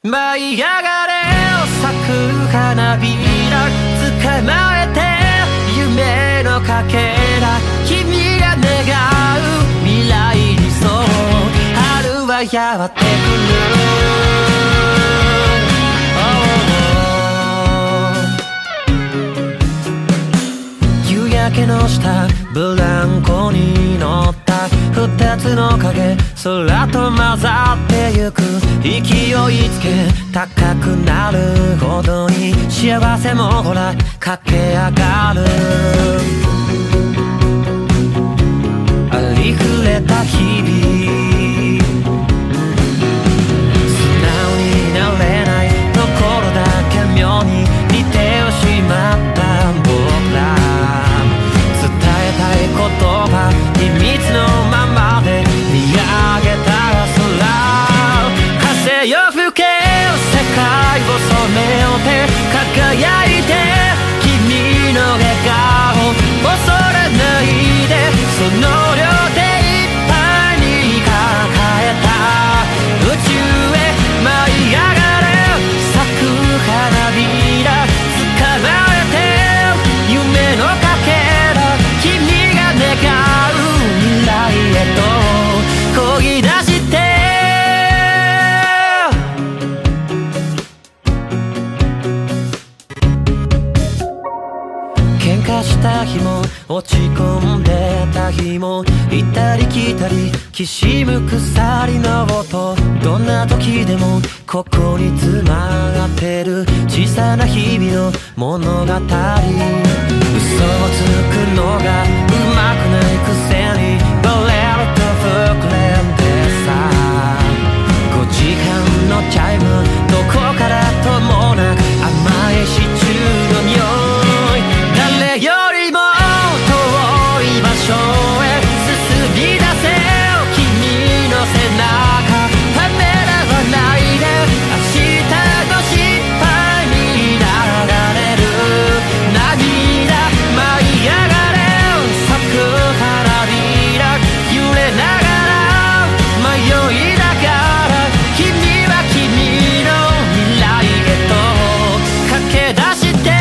舞い上がれ咲く花びら捕まえて夢のかけら君が願う未来理想春はやってくる、夕焼けの下ブランコに乗った二つの影空と混ざってゆく勢いつけ高くなるほどに幸せもほら駆け上がるありふれた日々素直になれないところだけ妙に似てしまった僕ら伝えたい言葉秘密のままで見上げた空風よ吹け世界を染めようって輝いて君の笑顔恐れないでその両手いっぱいに抱えた宇宙へ舞い上がれ咲く花びら捕まえて夢のかけら君が願う未来へと漕ぎ出して喧嘩した日も落ち込んでた日も行ったり来たりきしむ鎖の音どんな時でもここに詰まってる小さな日々の物語嘘をつくのがうまくないくせにバレると膨れてさ5時間のチャイムどこからともなく甘いシチューの匂い誰よりも遠い場所へ進み出せ君の背中ためらわないで明日の失敗に流れる涙舞い上がれ咲く花びら揺れながら迷いながら君は君の未来へと駆け出して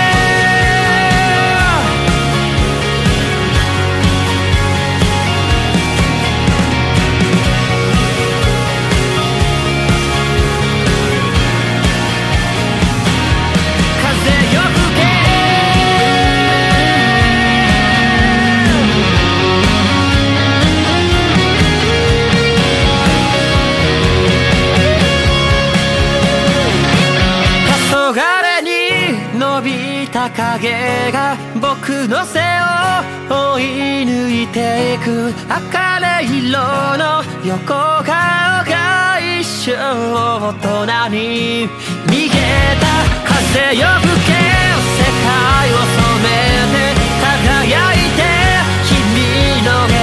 影が僕の背を追い抜いていく茜色の横顔が一瞬大人に逃げた風よ吹け世界を染めて輝いて君の笑